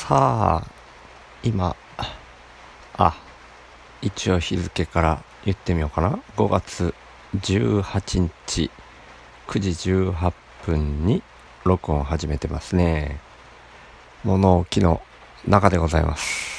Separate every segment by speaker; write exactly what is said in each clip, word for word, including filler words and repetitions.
Speaker 1: さあ今あ一応日付から言ってみようかな。ごがつじゅうはちにちくじじゅうはっぷんに録音を始めてますね。物置の中でございます。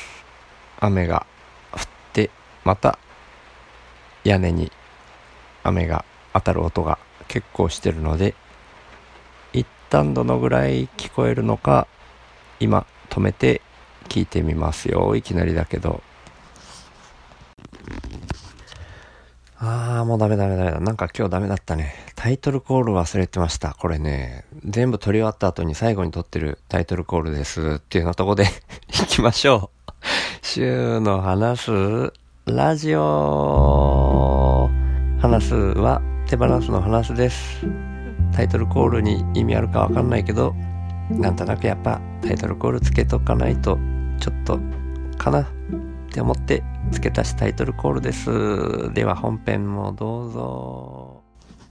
Speaker 1: 雨が降ってまた屋根に雨が当たる音が結構してるので、一旦どのぐらい聞こえるのか今止めて聞いてみますよ。いきなりだけど、あーもうダメダメダメだ。なんか今日ダメだったね。タイトルコール忘れてました。これね、全部撮り終わった後に最後に撮ってるタイトルコールですっていうのとこで行きましょう。週の話すラジオ。話すは手放すの話すです。タイトルコールに意味あるかわかんないけど、なんとなくやっぱタイトルコールつけとかないとちょっとかなって思って付け足しタイトルコールです。では本編もどうぞ。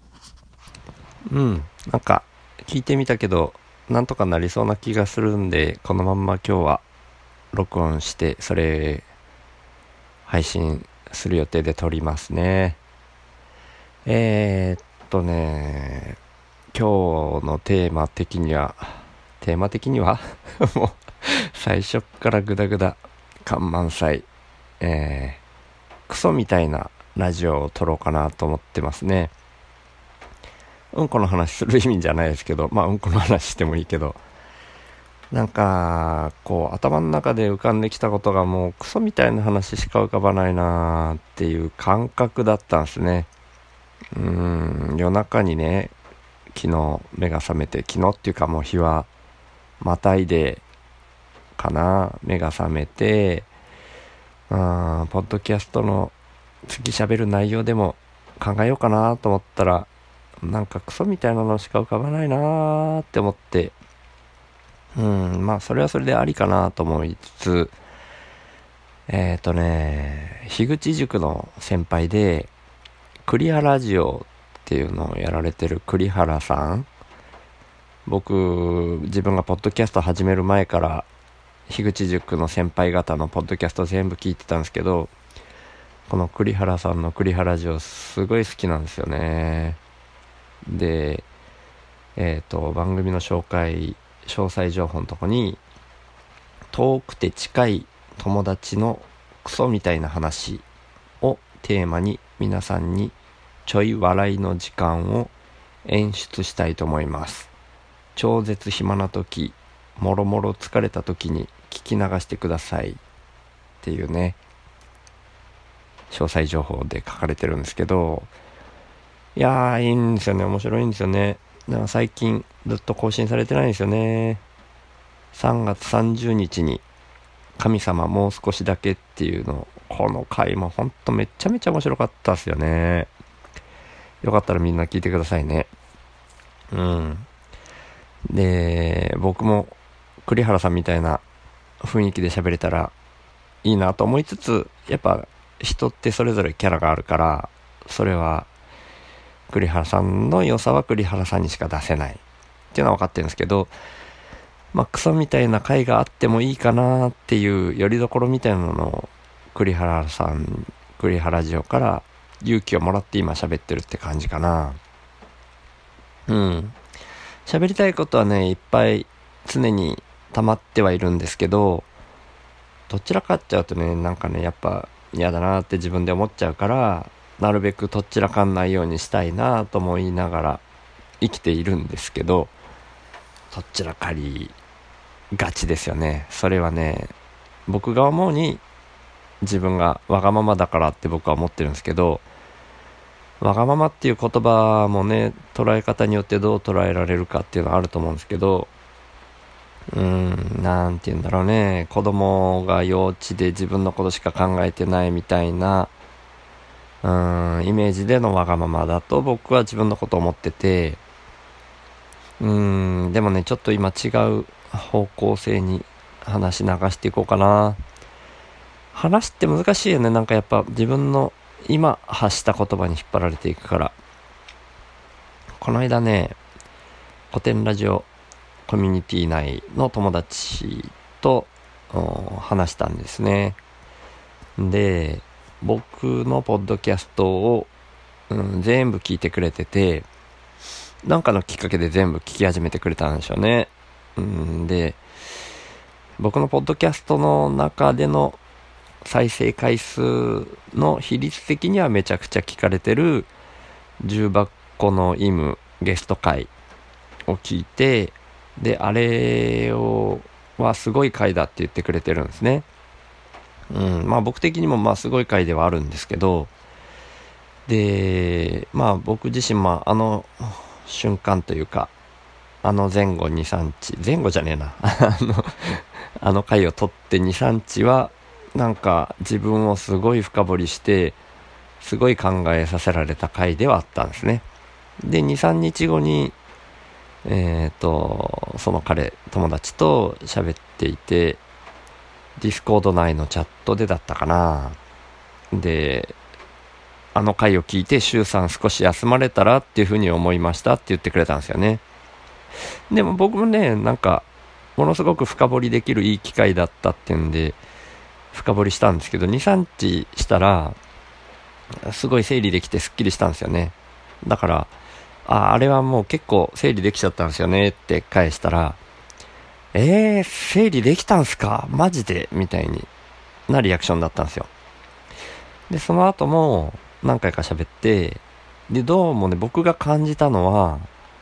Speaker 1: うんなんか聞いてみたけどなんとかなりそうな気がするんで、このまんま今日は録音してそれ配信する予定で撮りますね。えー、っとね今日のテーマ的にはテーマ的にはもう最初っからグダグダ感満載、えー、クソみたいなラジオを撮ろうかなと思ってますね。うんこの話する意味じゃないですけど、まあうんこの話してもいいけど、なんかこう頭の中で浮かんできたことがもうクソみたいな話しか浮かばないなっていう感覚だったんですね。うーん夜中にね、昨日目が覚めて、昨日っていうかもう日はまたいでかな、目が覚めて、あーポッドキャストの次喋る内容でも考えようかなと思ったら、なんかクソみたいなのしか浮かばないなーって思って、うんまあそれはそれでありかなと思いつつ、えっとね樋口塾の先輩でクリアラジオっていうのをやられてる栗原さん、僕自分がポッドキャスト始める前から樋口塾の先輩方のポッドキャスト全部聞いてたんですけど、この栗原さんの栗原ラジオすごい好きなんですよね。でえっと番組の紹介詳細情報のとこに、遠くて近い友達のクソみたいな話をテーマに皆さんにちょい笑いの時間を演出したいと思います。超絶暇な時、もろもろ疲れた時に聞き流してくださいっていうね、詳細情報で書かれてるんですけど、いやーいいんですよね。面白いんですよね。なんか最近ずっと更新されてないんですよね。さんがつさんじゅうにちに神様もう少しだけっていうの、この回もほんとめちゃめちゃ面白かったですよね。よかったらみんな聞いてくださいね。うんで僕も栗原さんみたいな雰囲気で喋れたらいいなと思いつつ、やっぱ人ってそれぞれキャラがあるから、それは栗原さんの良さは栗原さんにしか出せないっていうのは分かってるんですけど、まあクソみたいな回があってもいいかなっていう拠り所みたいなのを栗原さん栗原ジオから勇気をもらって今喋ってるって感じかな。うん喋りたいことはねいっぱい常に溜まってはいるんですけど、どちらかっちゃうとね、なんかねやっぱ嫌だなって自分で思っちゃうから、なるべくどちらかんないようにしたいなと思いながら生きているんですけど、どちらかりがちですよね。それはね僕が思うに自分がわがままだからって僕は思ってるんですけど、わがままっていう言葉もね捉え方によってどう捉えられるかっていうのはあると思うんですけど、うーんなんて言うんだろうね、子供が幼稚で自分のことしか考えてないみたいなうーんイメージでのわがままだと僕は自分のことを思ってて、うーんでもねちょっと今違う方向性に話流していこうかな。話って難しいよね。なんかやっぱ自分の今発した言葉に引っ張られていくから。この間ね古典ラジオコミュニティ内の友達と話したんですね。で、僕のポッドキャストを、うん、全部聞いてくれてて、なんかのきっかけで全部聞き始めてくれたんでしょうね。うん、で、僕のポッドキャストの中での再生回数の比率的にはめちゃくちゃ聞かれてる重箱のイムゲスト回を聞いて、で、あれをはすごい回だって言ってくれてるんですね。うん、まあ僕的にもまあすごい回ではあるんですけど、で、まあ僕自身もあの瞬間というか、あの前後に、さんにち、前後じゃねえな。あの、あの回を撮ってに、さんにちは、なんか自分をすごい深掘りして、すごい考えさせられた回ではあったんですね。で、に、さんにちごに、えっと、その彼、友達と喋っていて、ディスコード内のチャットでだったかな。で、あの回を聞いて、シュウさん少し休まれたらっていうふうに思いましたって言ってくれたんですよね。でも僕もね、なんか、ものすごく深掘りできるいい機会だったっていうんで、深掘りしたんですけど、に、さんにちしたら、すごい整理できてすっきりしたんですよね。だから、あ、あれはもう結構整理できちゃったんですよねって返したら、えー、整理できたんすかマジでみたいになリアクションだったんですよ。で、その後も何回か喋って、で、どうもね、僕が感じたのは、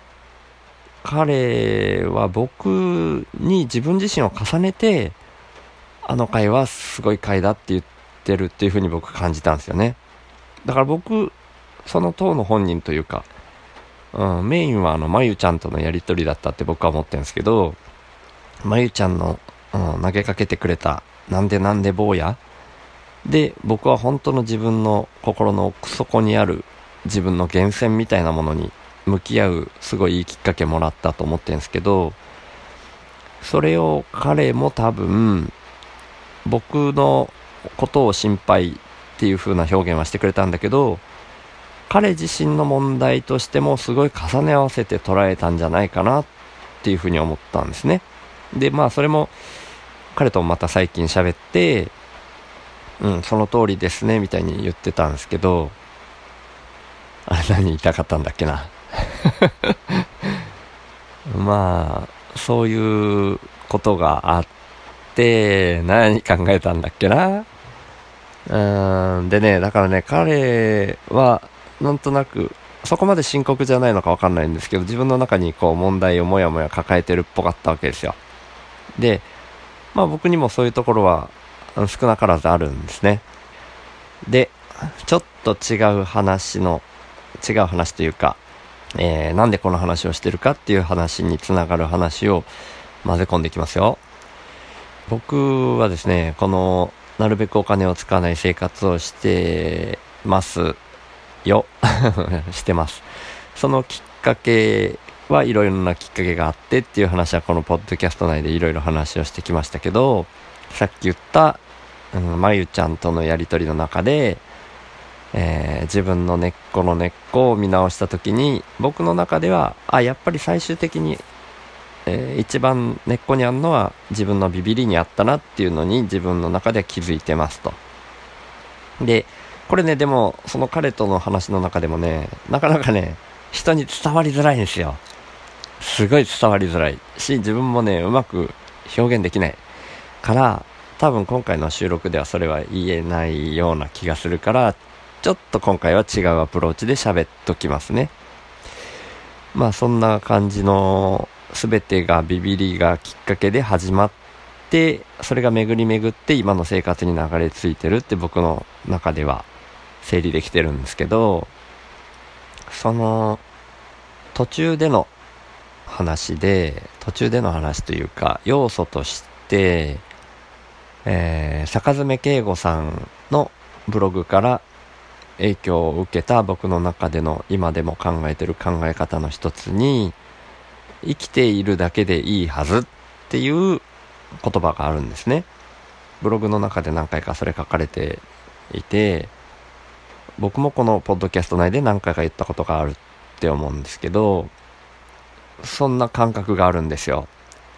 Speaker 1: 彼は僕に自分自身を重ねて、あの回はすごい回だって言ってるっていう風に僕感じたんですよね。だから僕、その当の本人というか、うん、メインはあの、まゆちゃんとのやりとりだったって僕は思ってるんですけど、まゆちゃんの、うん、投げかけてくれた、なんでなんで坊やで、僕は本当の自分の心の奥底にある自分の源泉みたいなものに向き合うすごいいいきっかけもらったと思ってるんですけど、それを彼も多分僕のことを心配っていう風な表現はしてくれたんだけど、彼自身の問題としてもすごい重ね合わせて捉えたんじゃないかなっていう風に思ったんですね。で、まあそれも彼ともまた最近喋って、うん、その通りですねみたいに言ってたんですけど、あれ何言いたかったんだっけな。まあそういうことがあって何考えたんだっけな。うーんでね、だからね、彼はなんとなくそこまで深刻じゃないのか分かんないんですけど、自分の中にこう問題をもやもや抱えてるっぽかったわけですよ。で、まあ僕にもそういうところは少なからずあるんですね。で、ちょっと違う話の違う話というか、えー、なんでこの話をしてるかっていう話につながる話を混ぜ込んでいきますよ。僕はですね、このなるべくお金を使わない生活をしてますよしてます。そのきっかけはいろいろなきっかけがあってっていう話はこのポッドキャスト内でいろいろ話をしてきましたけど、さっき言った、うん、まゆちゃんとのやりとりの中で、えー、自分の根っこの根っこを見直した時に、僕の中ではあやっぱり最終的に、えー、一番根っこにあるのは自分のビビりにあったなっていうのに自分の中では気づいてますと。でこれね、でもその彼との話の中でもね、なかなかね人に伝わりづらいんですよ。すごい伝わりづらいし、自分もねうまく表現できないから、多分今回の収録ではそれは言えないような気がするから、ちょっと今回は違うアプローチで喋っときますね。まあそんな感じの全てがビビりがきっかけで始まって、それが巡り巡って今の生活に流れ着いてるって僕の中では整理できてるんですけど、その途中での話で途中での話というか要素として、えー、坂爪慶吾さんのブログから影響を受けた僕の中での今でも考えてる考え方の一つに、生きているだけでいいはずっていう言葉があるんですね。ブログの中で何回かそれ書かれていて、僕もこのポッドキャスト内で何回か言ったことがあるって思うんですけど、そんな感覚があるんですよ。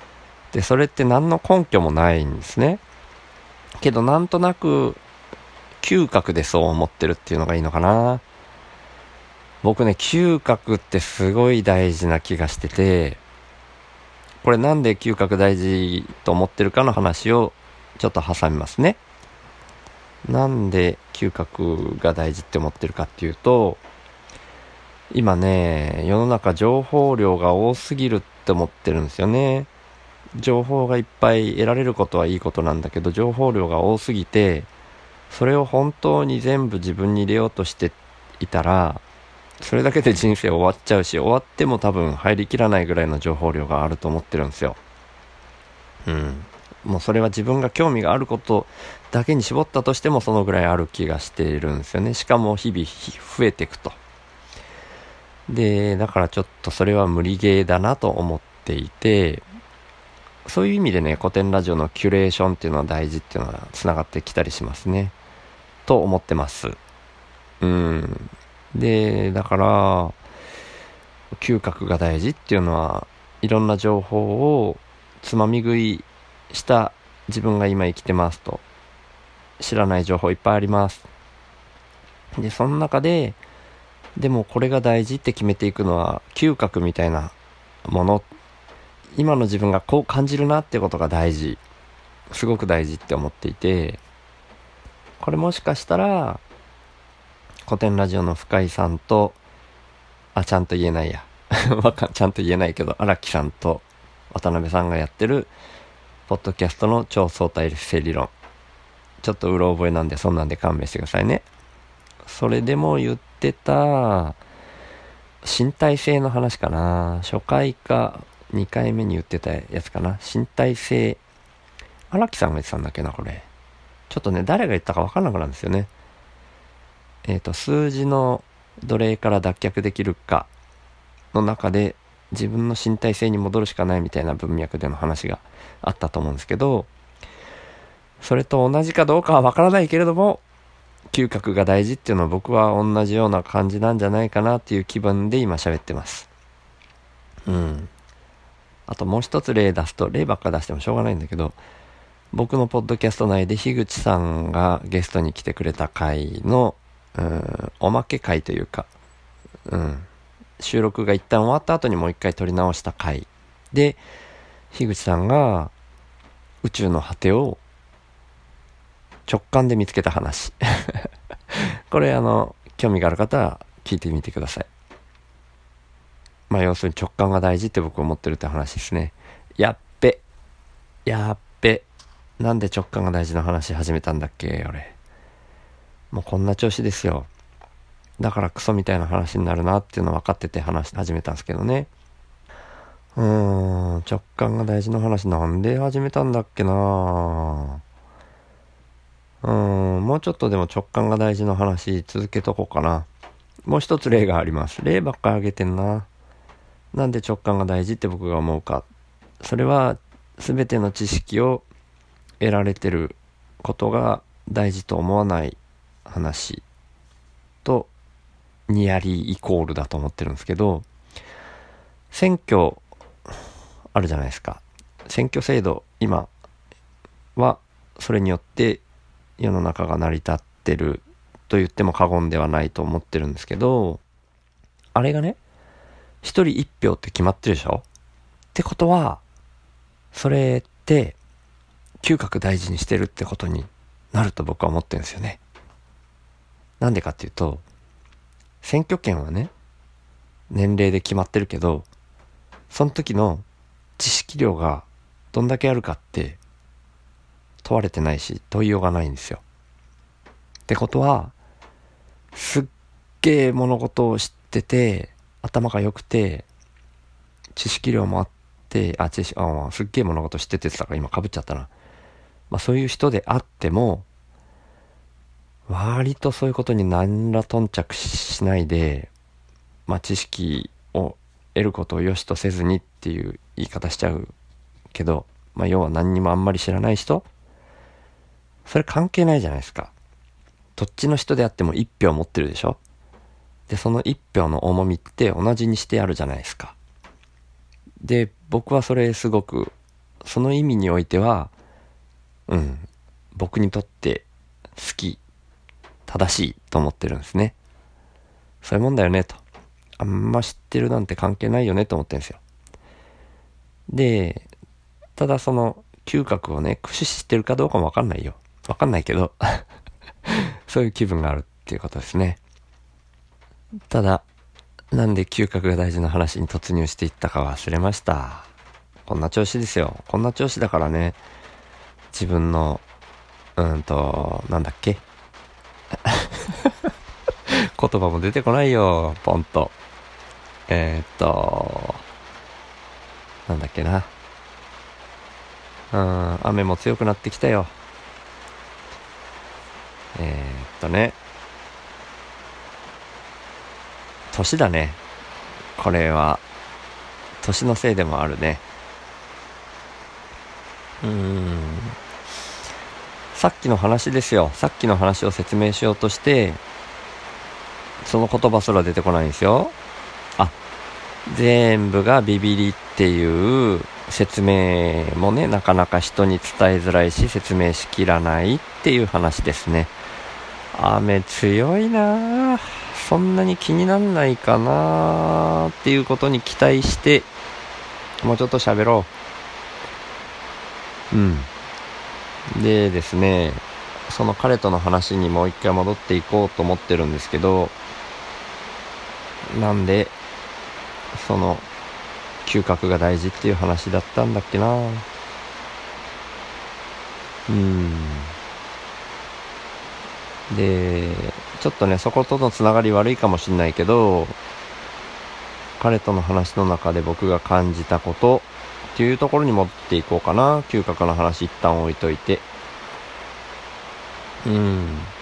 Speaker 1: でそれって何の根拠もないんですね。けどなんとなく嗅覚でそう思ってるっていうのがいいのかな。僕ね、嗅覚ってすごい大事な気がしてて、これなんで嗅覚大事と思ってるかの話をちょっと挟みますね。なんで嗅覚が大事って思ってるかっていうと、今ね、世の中情報量が多すぎるって思ってるんですよね。情報がいっぱい得られることはいいことなんだけど、情報量が多すぎて、それを本当に全部自分に入れようとしていたら、それだけで人生終わっちゃうし、終わっても多分入りきらないぐらいの情報量があると思ってるんですよ。うん。もうそれは自分が興味があることだけに絞ったとしてもそのぐらいある気がしているんですよね。しかも日々増えていくと。で、だからちょっとそれは無理ゲーだなと思っていて、そういう意味でね、古典ラジオのキュレーションっていうのは大事っていうのはつながってきたりしますね。と思ってます。うん。で、だから、嗅覚が大事っていうのはいろんな情報をつまみ食いした自分が今生きてますと、知らない情報いっぱいあります。で、その中で、でもこれが大事って決めていくのは嗅覚みたいなもの、今の自分がこう感じるなってことが大事、すごく大事って思っていて、これもしかしたら古典ラジオの深井さんと、あ、ちゃんと言えないやわかちゃんと言えないけど、荒木さんと渡辺さんがやってるポッドキャストの超相対性理論、ちょっとうろ覚えなんでそんなんで勘弁してくださいね。それでも言ってた身体性の話かな、初回かにかいめに言ってたやつかな、身体性、荒木さんが言ってたんだっけな、これちょっとね、誰が言ったか分からなくなるんですよね。えっと数字の奴隷から脱却できるかの中で自分の身体性に戻るしかないみたいな文脈での話があったと思うんですけど、それと同じかどうかは分からないけれども、嗅覚が大事っていうのは僕は同じような感じなんじゃないかなっていう気分で今喋ってます。うん。あともう一つ例出すと、例ばっか出してもしょうがないんだけど、僕のポッドキャスト内で樋口さんがゲストに来てくれた回の、うん、おまけ回というか、うん、収録が一旦終わった後にもう一回撮り直した回で、樋口さんが宇宙の果てを直感で見つけた話これあの興味がある方は聞いてみてください。まあ要するに直感が大事って僕思ってるって話ですね。やっべやっべなんで直感が大事な話始めたんだっけ俺。もうこんな調子ですよ。だからクソみたいな話になるなっていうの分かってて話し始めたんですけどね。うーん、直感が大事な話なんで始めたんだっけな。うーん、もうちょっとでも直感が大事な話続けとこうかな。もう一つ例があります。例ばっかりあげてんな。なんで直感が大事って僕が思うか。それは全ての知識を得られてることが大事と思わない話とニアリーイコールだと思ってるんですけど、選挙あるじゃないですか。選挙制度今はそれによって世の中が成り立ってると言っても過言ではないと思ってるんですけど、あれがね、一人一票って決まってるでしょ。ってことはそれって嗅覚大事にしてるってことになると僕は思ってるんですよね。なんでかっていうと、選挙権はね、年齢で決まってるけど、その時の知識量がどんだけあるかって問われてないし、問いようがないんですよ。ってことは、すっげえ物事を知ってて、頭が良くて、知識量もあって、あ、知識、あ、すっげえ物事知っててって言ったから今被っちゃったな。まあそういう人であっても、割とそういうことに何ら頓着しないで、まあ知識を得ることを良しとせずにっていう言い方しちゃうけど、まあ要は何にもあんまり知らない人、それ関係ないじゃないですか。どっちの人であっても一票持ってるでしょ。で、その一票の重みって同じにしてあるじゃないですか。で、僕はそれすごくその意味においては、うん、僕にとって好き、正しいと思ってるんですね。そういうもんだよねと。あんま知ってるなんて関係ないよねと思ってるんですよ。で、ただその嗅覚をね、駆使してるかどうかもわかんないよ。わかんないけど、そういう気分があるっていうことですね。ただ、なんで嗅覚が大事な話に突入していったか忘れました。こんな調子ですよ。こんな調子だからね、自分の、うーんと、なんだっけ言葉も出てこないよ、ポンと。えー、っと、なんだっけな。うん、雨も強くなってきたよ。えー、っとね、年だね。これは、年のせいでもあるね。うーん。さっきの話ですよ。さっきの話を説明しようとして、その言葉すら出てこないんですよ。あ、全部がビビリっていう説明もね、なかなか人に伝えづらいし、説明しきらないっていう話ですね。雨強いなぁ。そんなに気になんないかなっていうことに期待して、もうちょっと喋ろう。うん。でですね、その彼との話にもう一回戻っていこうと思ってるんですけど、なんで、その、嗅覚が大事っていう話だったんだっけな。うーん。で、ちょっとね、そことのつながり悪いかもしんないけど、彼との話の中で僕が感じたことっていうところに戻っていこうかな。嗅覚の話一旦置いといて。うん。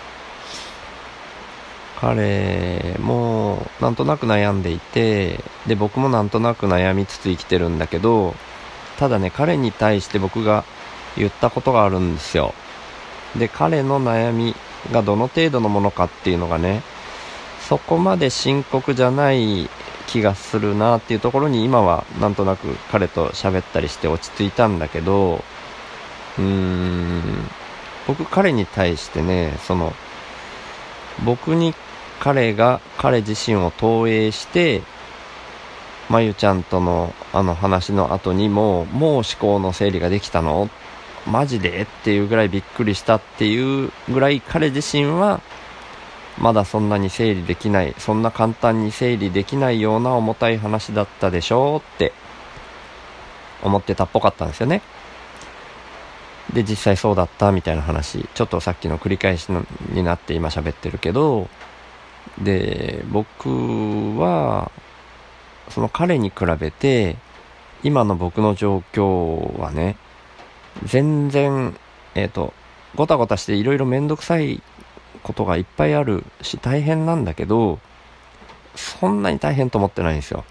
Speaker 1: 彼もなんとなく悩んでいて、で僕もなんとなく悩みつつ生きてるんだけど、ただね、彼に対して僕が言ったことがあるんですよ。で、彼の悩みがどの程度のものかっていうのがね、そこまで深刻じゃない気がするなっていうところに、今はなんとなく彼と喋ったりして落ち着いたんだけど、うーん、僕彼に対してね、その僕に彼が彼自身を投影して、まゆちゃんとのあの話の後にも、もう思考の整理ができたのマジでっていうぐらいびっくりしたっていうぐらい、彼自身はまだそんなに整理できない、そんな簡単に整理できないような重たい話だったでしょって思ってたっぽかったんですよね。で、実際そうだったみたいな話、ちょっとさっきの繰り返しになって今喋ってるけど、で、僕はその彼に比べて今の僕の状況はね、全然えっとごたごたしていろいろめんどくさいことがいっぱいあるし大変なんだけど、そんなに大変と思ってないんですよ。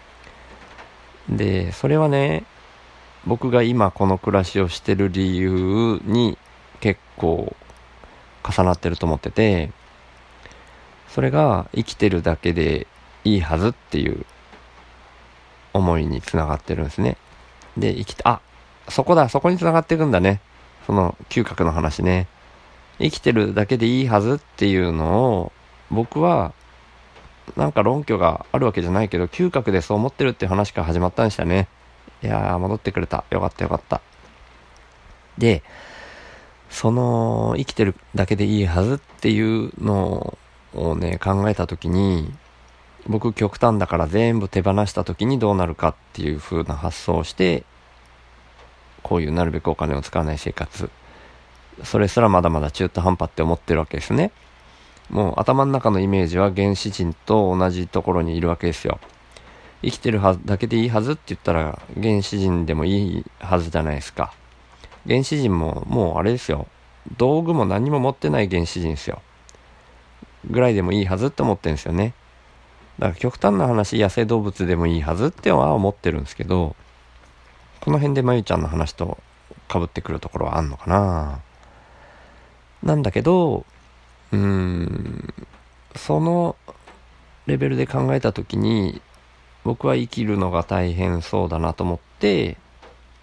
Speaker 1: で、それはね、僕が今この暮らしをしてる理由に結構重なってると思ってて、それが生きてるだけでいいはずっていう思いにつながってるんですね。で、生きて、あ、そこだ、そこにつながっていくんだね。その嗅覚の話ね。生きてるだけでいいはずっていうのを、僕はなんか論拠があるわけじゃないけど、嗅覚でそう思ってるっていう話から始まったんでしたね。いやー、戻ってくれた。よかったよかった。で、その生きてるだけでいいはずっていうのをね、考えたときに、僕極端だから全部手放したときにどうなるかっていう風な発想をして、こういうなるべくお金を使わない生活、それすらまだまだ中途半端って思ってるわけですね。もう頭の中のイメージは原始人と同じところにいるわけですよ。生きてるはずだけでいいはずって言ったら原始人でもいいはずじゃないですか。原始人ももうあれですよ、道具も何も持ってない原始人ですよぐらいでもいいはずって思ってるんですよね。だから極端な話、野生動物でもいいはずっては思ってるんですけど、この辺でまゆちゃんの話と被ってくるところはあんのかな。なんだけど、うーん、そのレベルで考えたときに、僕は生きるのが大変そうだなと思って、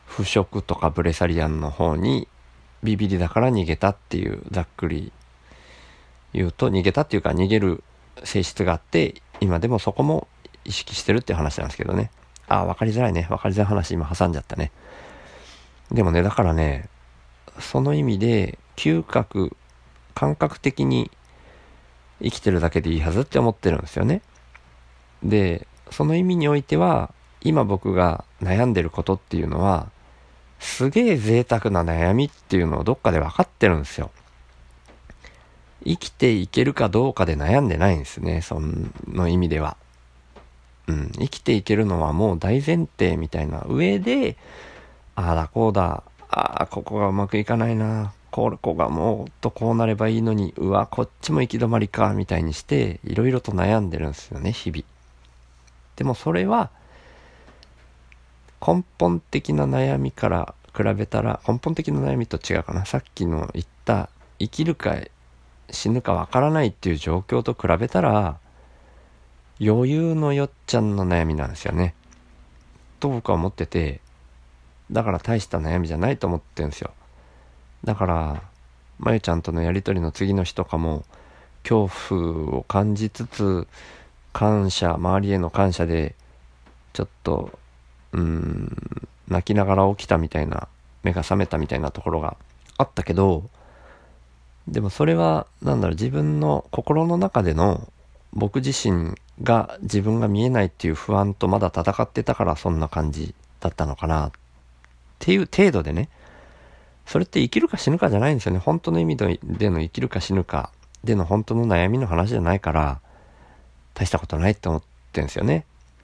Speaker 1: 腐食とかブレサリアンの方にビビりだから逃げたっていう、ざっくり言うと逃げたっていうか逃げる性質があって、今でもそこも意識してるっていう話なんですけどね。ああ、わかりづらいね。わかりづらい話今挟んじゃったね。でもね、だからね、その意味で嗅覚、感覚的に生きてるだけでいいはずって思ってるんですよね。で、その意味においては、今僕が悩んでることっていうのは、すげえ贅沢な悩みっていうのをどっかで分かってるんですよ。生きていけるかどうかで悩んでないんですね、その意味では。うん、生きていけるのはもう大前提みたいな上で、ああだこうだ、ああここがうまくいかないな、ここがもっとこうなればいいのに、うわこっちも行き止まりかみたいにしていろいろと悩んでるんですよね、日々。でもそれは根本的な悩みから比べたら、根本的な悩みと違うかな、さっきの言った生きるか死ぬかわからないっていう状況と比べたら余裕のよっちゃんの悩みなんですよねと僕は思ってて、だから大した悩みじゃないと思ってるんですよ。だからまゆちゃんとのやりとりの次の日とかも恐怖を感じつつ、感謝、周りへの感謝でちょっとうーん泣きながら起きたみたいな、目が覚めたみたいなところがあったけど、でもそれはなんだろう、自分の心の中での僕自身が自分が見えないっていう不安とまだ戦ってたからそんな感じだったのかなっていう程度でね。それって生きるか死ぬかじゃないんですよね。本当の意味での生きるか死ぬかでの本当の悩みの話じゃないから、大したことないって思ってるんですよね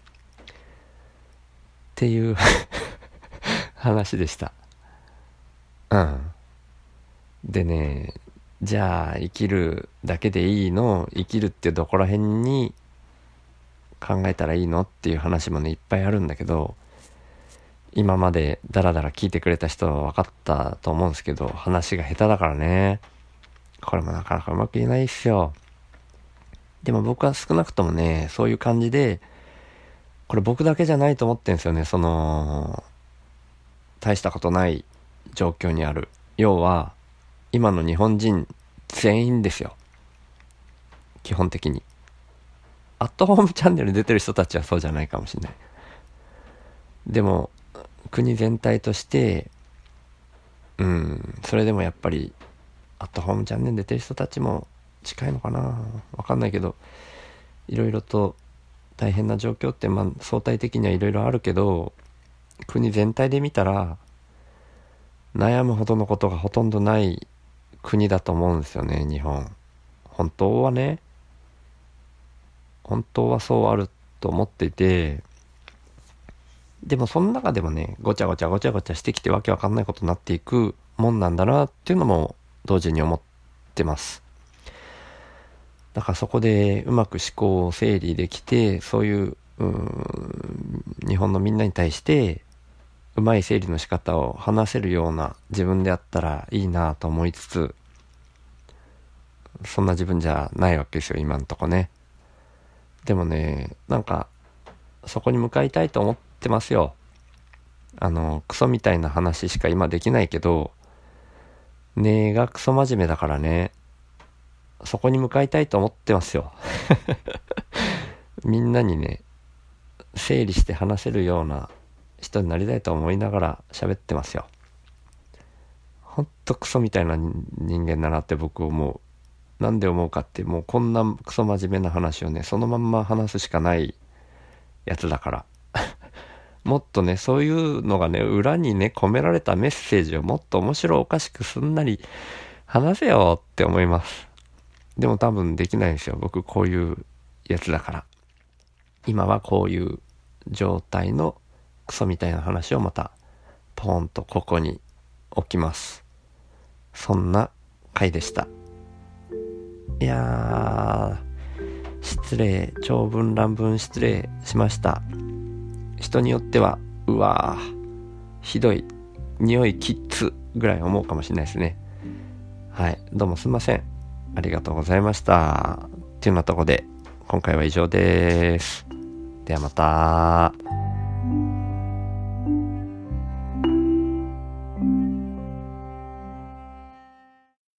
Speaker 1: っていう話でした。うんでね、じゃあ生きるだけでいいの、生きるってどこら辺に考えたらいいのっていう話もねいっぱいあるんだけど、今までダラダラ聞いてくれた人は分かったと思うんですけど、話が下手だからね、これもなかなかうまく言えないっすよ。でも僕は少なくともね、そういう感じで、これ僕だけじゃないと思ってんですよね。その大したことない状況にある、要は今の日本人全員ですよ、基本的に。アットホームチャンネルに出てる人たちはそうじゃないかもしれない。でも国全体としてうんそれでもやっぱりアットホームチャンネルに出てる人たちも近いのかな、わかんないけど、いろいろと大変な状況ってまあ相対的にはいろいろあるけど、国全体で見たら悩むほどのことがほとんどない国だと思うんですよね、日本。本当はね、本当はそうあると思っていて、でもその中でもね、ごちゃごちゃごちゃごちゃしてきてわけわかんないことになっていくもんなんだなっていうのも同時に思ってます。だからそこでうまく思考を整理できて、そういう、うーん日本のみんなに対してうまい整理の仕方を話せるような自分であったらいいなと思いつつ、そんな自分じゃないわけですよ今んとこね。でもね、なんかそこに向かいたいと思ってますよ。あのクソみたいな話しか今できないけど、ねえがクソ真面目だからね、そこに向かいたいと思ってますよみんなにね整理して話せるような人になりたいと思いながら喋ってますよ。ほんとクソみたいな人間だなって僕思う。なんで思うかって、もうこんなクソ真面目な話をねそのまんま話すしかないやつだからもっとねそういうのがね裏にね込められたメッセージをもっと面白おかしくすんなり話せよって思います。でも多分できないんですよ、僕こういうやつだから。今はこういう状態のクソみたいな話をまたポーンとここに置きます。そんな回でした。いやー失礼、長文乱文失礼しました。人によってはうわーひどい、匂いキッズぐらい思うかもしれないですね。はい、どうもすいません、ありがとうございましたっていうようなところで今回は以上です。ではまた。